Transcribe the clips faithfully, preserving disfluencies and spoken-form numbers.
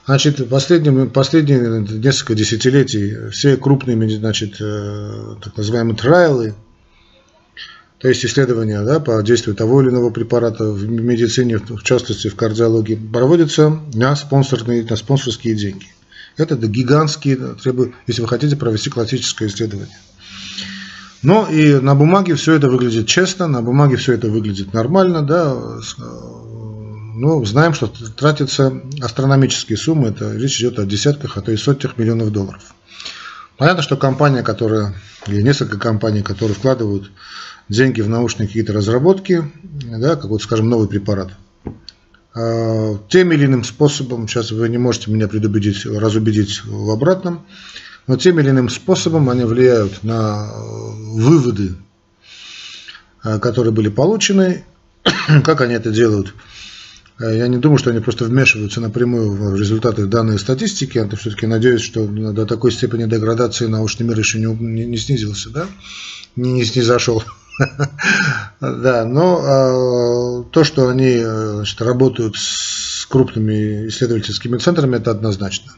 Значит, последние, последние несколько десятилетий все крупные, значит, так называемые трайлы, то есть исследования, да, по действию того или иного препарата в медицине, в частности в кардиологии, проводятся на спонсорные, на спонсорские деньги. Это да, гигантские, требуют, если вы хотите провести классическое исследование. Но и на бумаге все это выглядит честно, на бумаге все это выглядит нормально, да. Но знаем, что тратятся астрономические суммы, это речь идет о десятках, а то и сотнях миллионов долларов. Понятно, что компания, которая, или несколько компаний, которые вкладывают деньги в научные какие-то разработки, да, какой-то, скажем, новый препарат, тем или иным способом, сейчас вы не можете меня предубедить, разубедить в обратном, но тем или иным способом они влияют на выводы, которые были получены. Как они это делают? Я не думаю, что они просто вмешиваются напрямую в результаты данной статистики. Я все-таки надеюсь, что до такой степени деградации научный мир еще не, не, не снизился, да? не, не снизошел. Да, но то, что они, значит, работают с крупными исследовательскими центрами, это однозначно.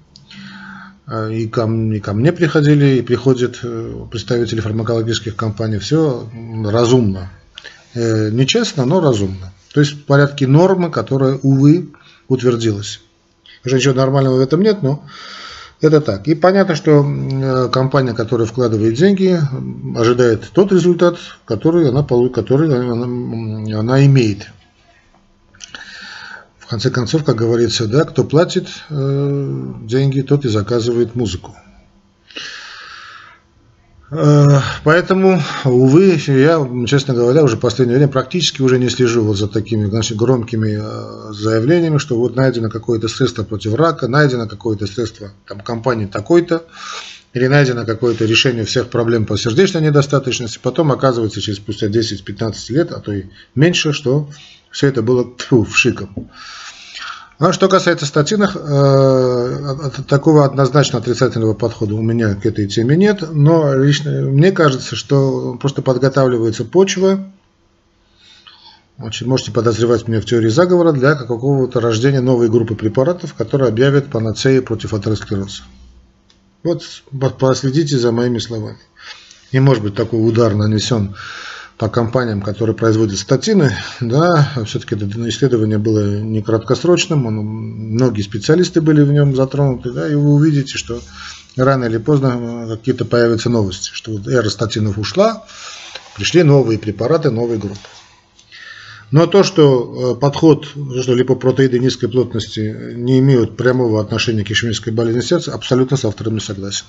И ко, и ко мне приходили, и приходят представители фармакологических компаний. Все разумно. Нечестно, но разумно. То есть в порядке нормы, которая, увы, утвердилась. Уже ничего нормального в этом нет, но это так. И понятно, что компания, которая вкладывает деньги, ожидает тот результат, который она, который она, она имеет. В конце концов, как говорится, да, кто платит э, деньги, тот и заказывает музыку. Э, поэтому, увы, я, честно говоря, уже в последнее время практически уже не слежу вот за такими, значит, громкими э, заявлениями, что вот найдено какое-то средство против рака, найдено какое-то средство там, компании такой-то, или найдено какое-то решение всех проблем по сердечной недостаточности. Потом оказывается, через спустя десять-пятнадцать лет, а то и меньше, что все это было тьфу, вшиком. А что касается статинов, э, такого однозначно отрицательного подхода у меня к этой теме нет, но лично мне кажется, что просто подготавливается почва, значит, можете подозревать меня в теории заговора, для какого-то рождения новой группы препаратов, которые объявят панацею против атеросклероза. Вот последите за моими словами. Не может быть такой удар нанесен по компаниям, которые производят статины, да, все-таки это исследование было не краткосрочным, оно, многие специалисты были в нем затронуты, да, и вы увидите, что рано или поздно какие-то появятся новости, что вот эра статинов ушла, пришли новые препараты, новые группы. Но то, что подход, что липопротеиды низкой плотности не имеют прямого отношения к ишемической болезни сердца, абсолютно с авторами согласен.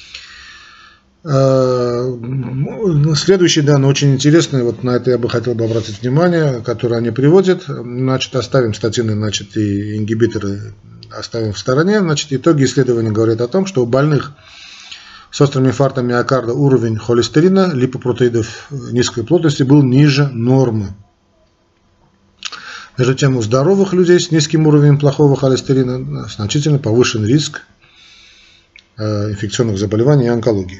Следующий данный очень интересный, вот на это я бы хотел бы обратить внимание, который они приводят. Значит, оставим статины, значит, и ингибиторы оставим в стороне. Значит, итоги исследования говорят о том, что у больных с острым инфарктом миокарда уровень холестерина, липопротеидов низкой плотности был ниже нормы. Между тем, у здоровых людей с низким уровнем плохого холестерина значительно повышен риск инфекционных заболеваний и онкологии.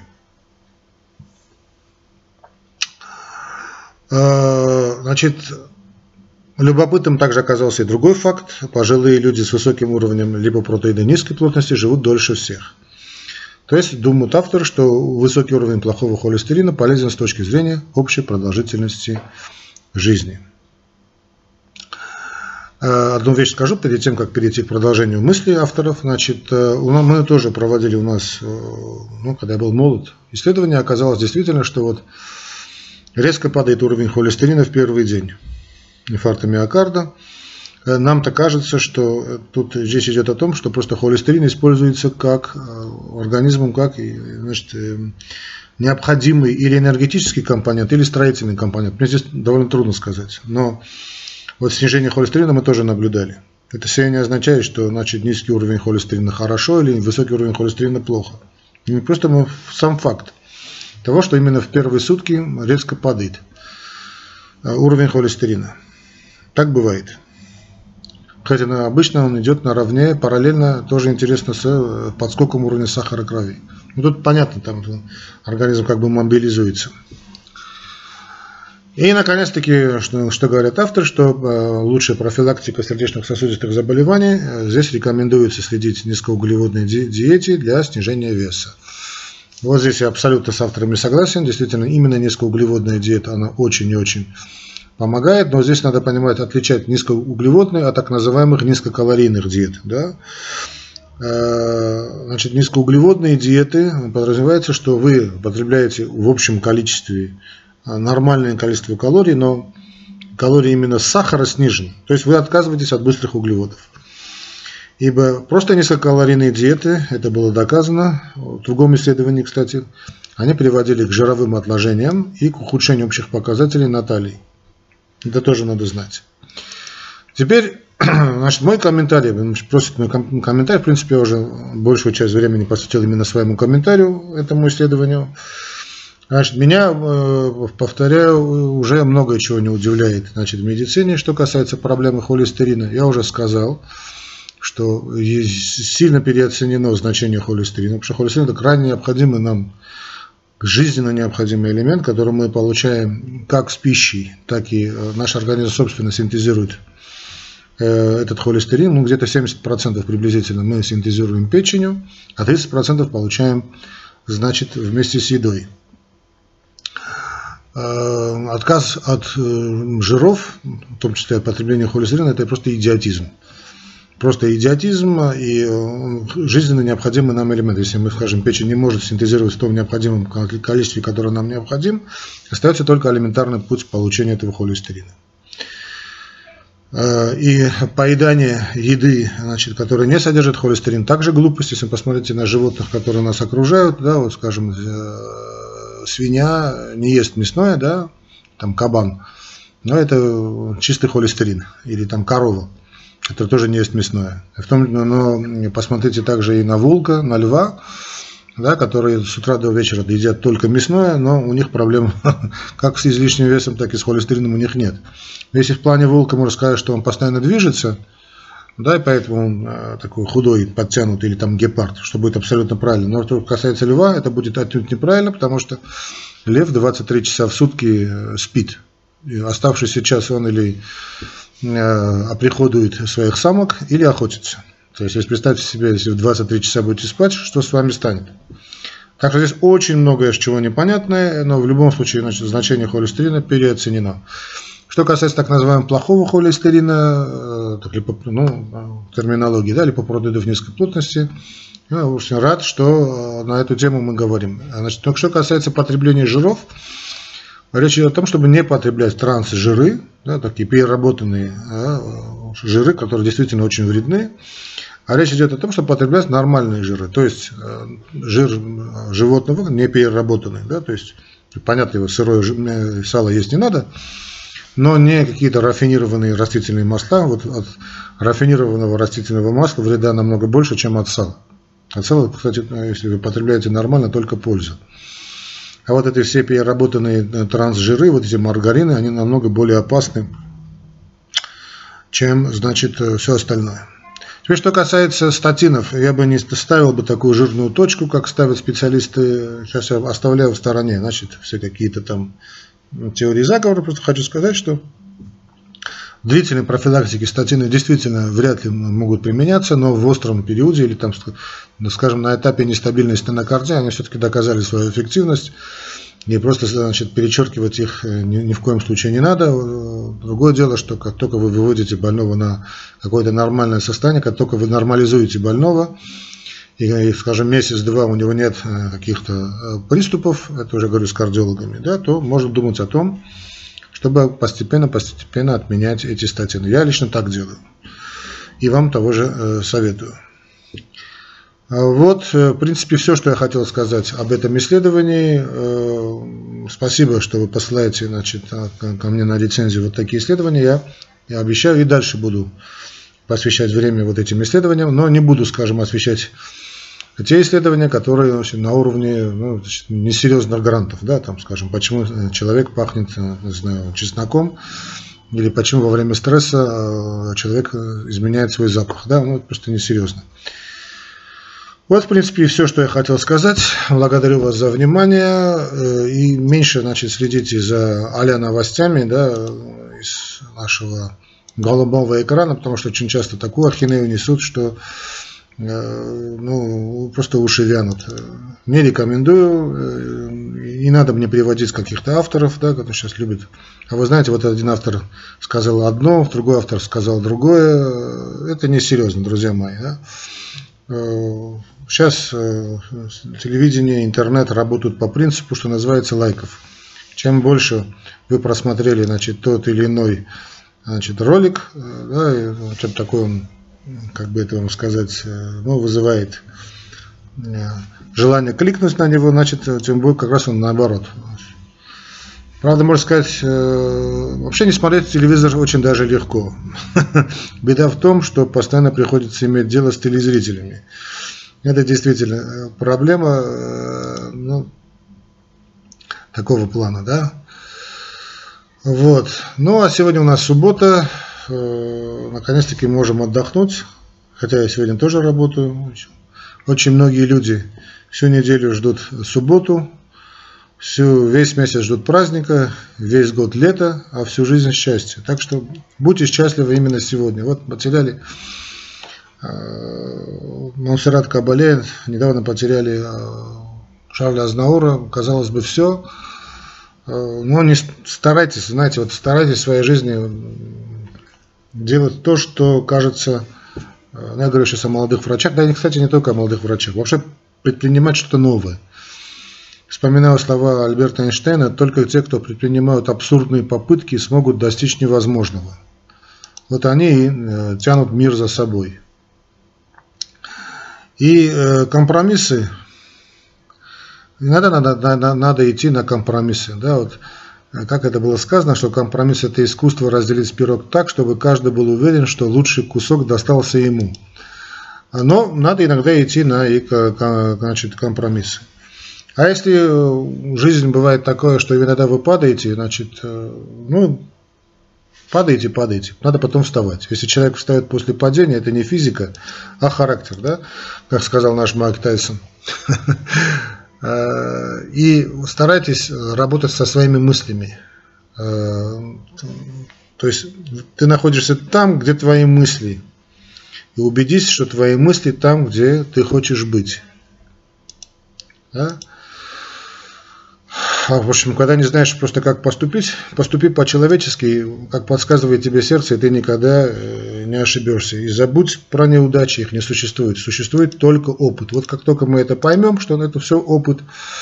Значит, любопытным также оказался и другой факт. Пожилые люди с высоким уровнем липопротеида низкой плотности живут дольше всех. То есть думают авторы, что высокий уровень плохого холестерина полезен с точки зрения общей продолжительности жизни. Одну вещь скажу перед тем, как перейти к продолжению мыслей авторов. Значит, мы тоже проводили у нас, ну, когда я был молод, исследование. Оказалось действительно, что вот резко падает уровень холестерина в первый день инфаркта миокарда. Нам-то кажется, что тут речь идет о том, что просто холестерин используется как организмом, как, значит, необходимый или энергетический компонент, или строительный компонент. Мне здесь довольно трудно сказать. Но вот снижение холестерина мы тоже наблюдали. Это все не означает, что, значит, низкий уровень холестерина хорошо или высокий уровень холестерина плохо. И просто мы, сам факт того, что именно в первые сутки резко падает уровень холестерина. Так бывает. Хотя обычно он идет наравне, параллельно, тоже интересно, с подскоком уровня сахара крови. Ну, тут понятно, там организм как бы мобилизуется. И, наконец-таки, что, что говорят авторы, что э, лучшая профилактика сердечных сосудистых заболеваний, э, здесь рекомендуется следить низкоуглеводной ди диете для снижения веса. Вот здесь я абсолютно с авторами согласен. Действительно, именно низкоуглеводная диета, она очень и очень помогает. Но здесь надо понимать, отличать низкоуглеводные от так называемых низкокалорийных диет. Да? Э, значит, низкоуглеводные диеты подразумевается, что вы потребляете в общем количестве нормальное количество калорий, но калории именно с сахара снижены. То есть вы отказываетесь от быстрых углеводов. Ибо просто низкокалорийные диеты, это было доказано в другом исследовании, кстати, они приводили к жировым отложениям и к ухудшению общих показателей на талии. Это тоже надо знать. Теперь, значит, мой комментарий, просит мой комментарий, в принципе, я уже большую часть времени посвятил именно своему комментарию, этому исследованию. Значит, меня, повторяю, уже много чего не удивляет, значит, в медицине. Что касается проблемы холестерина, я уже сказал, что сильно переоценено значение холестерина, потому что холестерин – это крайне необходимый нам, жизненно необходимый элемент, который мы получаем как с пищей, так и наш организм собственно синтезирует этот холестерин. Ну, где-то семьдесят процентов приблизительно мы синтезируем печенью, а тридцать процентов получаем, значит, вместе с едой. Отказ от жиров, в том числе от потребления холестерина, это просто идиотизм. Просто идиотизм и жизненно необходимый нам элемент. Если мы, скажем, печень не может синтезировать в том необходимом количестве, которое нам необходимо, остается только элементарный путь получения этого холестерина. И поедание еды, значит, которая не содержит холестерин, также глупость. Если вы посмотрите на животных, которые нас окружают, да, вот, скажем, свинья не ест мясное, да, там кабан, но это чистый холестерин, или там корова, которая тоже не ест мясное. В том, но посмотрите также и на волка, на льва, да, которые с утра до вечера едят только мясное, но у них проблем как с излишним весом, так и с холестерином у них нет. Если в плане волка можно сказать, что он постоянно движется, да, и поэтому он э, такой худой, подтянутый, или там гепард, что будет абсолютно правильно. Но что касается льва, это будет отнюдь неправильно, потому что лев двадцать три часа в сутки э, спит. И оставшийся час он или э, оприходует своих самок, или охотится. То есть, если представьте себе, если в двадцать три часа будете спать, что с вами станет? Так что здесь очень многое чего непонятное, но в любом случае, значит, значение холестерина переоценено. Что касается так называемого плохого холестерина, ну, терминологии, да, липопротеидов низкой плотности, я очень рад, что на эту тему мы говорим. Значит, только что касается потребления жиров, речь идет о том, чтобы не потреблять трансжиры, да, такие переработанные да, жиры, которые действительно очень вредны. А речь идет о том, чтобы потреблять нормальные жиры, то есть жир животного не переработанный, да, то есть понятно, его сырое сало есть не надо, но не какие-то рафинированные растительные масла. Вот от рафинированного растительного масла вреда намного больше, чем от сала. От сала, кстати, если вы потребляете нормально, только польза. А вот эти все переработанные трансжиры, вот эти маргарины, они намного более опасны, чем, значит, все остальное. Теперь, что касается статинов, я бы не ставил бы такую жирную точку, как ставят специалисты. Сейчас я оставляю в стороне, значит, все какие-то там теории заговора. Просто хочу сказать, что в длительной профилактике статины действительно вряд ли могут применяться, но в остром периоде или там, скажем, на этапе нестабильной стенокардии они все-таки доказали свою эффективность. И просто, значит, перечеркивать их ни, ни в коем случае не надо. Другое дело, что как только вы выводите больного на какое-то нормальное состояние, как только вы нормализуете больного, и, скажем, месяц-два у него нет каких-то приступов, это уже говорю с кардиологами, да, то можно думать о том, чтобы постепенно-постепенно отменять эти статины. Я лично так делаю. И вам того же советую. Вот, в принципе, все, что я хотел сказать об этом исследовании. Спасибо, что вы посылаете, значит, ко мне на рецензию вот такие исследования. Я, я обещаю и дальше буду посвящать время вот этим исследованиям, но не буду, скажем, освещать те исследования, которые, значит, на уровне, ну, несерьезных грантов, да, там, скажем, почему человек пахнет, не знаю, чесноком, или почему во время стресса человек изменяет свой запах, да, ну, это просто несерьезно. Вот, в принципе, и все, что я хотел сказать. Благодарю вас за внимание. И меньше, значит, следите за а-ля новостями, да, из нашего голубого экрана, потому что очень часто такую ахинею несут, что ну, просто уши вянут. Не рекомендую. Не надо мне приводить каких-то авторов, да, которые сейчас любят. А вы знаете, вот один автор сказал одно, другой автор сказал другое. Это несерьезно, друзья мои. Да? Сейчас телевидение, интернет работают по принципу, что называется, лайков. Чем больше вы просмотрели, значит, тот или иной, значит, ролик, да, чем такой он, как бы это вам сказать, ну, вызывает желание кликнуть на него, значит, тем будет как раз он наоборот. Правда, можно сказать, вообще не смотреть телевизор очень даже легко. Беда в том, что постоянно приходится иметь дело с телезрителями. Это действительно проблема, ну, такого плана, да. Вот. Ну, а сегодня у нас суббота. Наконец-таки можем отдохнуть. Хотя я сегодня тоже работаю. Очень многие люди всю неделю ждут субботу. Всю, весь месяц ждут праздника, весь год лето, а всю жизнь счастья. Так что будьте счастливы именно сегодня. Вот потеряли э, Монсеррат Кабале, недавно потеряли э, Шарля Азнаура. Казалось бы, все. Э, но не старайтесь, знаете, вот старайтесь в своей жизни делать то, что кажется, э, я говорю сейчас о молодых врачах, да и, кстати, не только о молодых врачах, вообще предпринимать что-то новое. Вспоминаю слова Альберта Эйнштейна: только те, кто предпринимают абсурдные попытки, смогут достичь невозможного. Вот они и тянут мир за собой. И компромиссы, иногда надо, надо, надо идти на компромиссы. Да, вот, как это было сказано, что компромисс — это искусство разделить пирог так, чтобы каждый был уверен, что лучший кусок достался ему. Но надо иногда идти на, значит, компромиссы. А если жизнь бывает такое, что иногда вы падаете, значит, ну, падаете, падаете, надо потом вставать. Если человек встает после падения, это не физика, а характер, да, как сказал наш Майк Тайсон. И старайтесь работать со своими мыслями. То есть ты находишься там, где твои мысли, и убедись, что твои мысли там, где ты хочешь быть. Да? В общем, когда не знаешь просто как поступить, поступи по-человечески, как подсказывает тебе сердце, и ты никогда не ошибешься. И забудь про неудачи, их не существует. Существует только опыт. Вот как только мы это поймем, что это все опыт,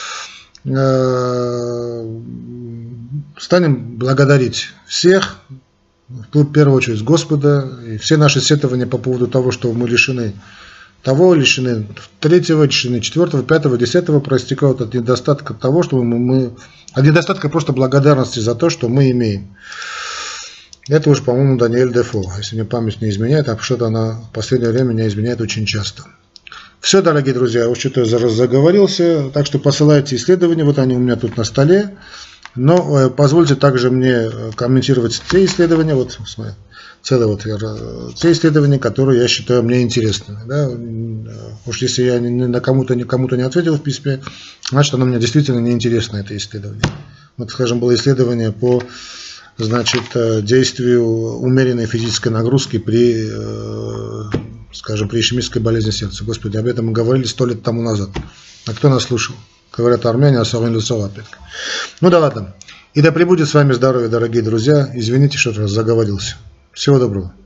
станем благодарить всех, в первую очередь Господа, и все наши сетования по поводу того, что мы лишены того, лишены третьего, лишены четвертого, пятого, десятого, проистекают от недостатка того, что мы, мы от недостатка просто благодарности за то, что мы имеем. Это уж, по-моему, Даниэль Дефо, если мне память не изменяет, а что-то она в последнее время не изменяет очень часто. Все, дорогие друзья, я что-то заговорился, так что посылайте исследования, вот они у меня тут на столе, но позвольте также мне комментировать те исследования, вот смотри, целые вот те исследования, которые я считаю мне интересными. Да? Уж если я на кому-то кому-то не ответил в письме, значит, оно мне действительно неинтересно, это исследование. Вот, скажем, было исследование по, значит, действию умеренной физической нагрузки при, скажем, при ишемической болезни сердца. Господи, об этом мы говорили сто лет тому назад. А кто нас слушал? Говорят армяне, а сорван лицо опять. Ну да ладно. И да пребудет с вами здоровье, дорогие друзья. Извините, что раз заговорился. Всего доброго.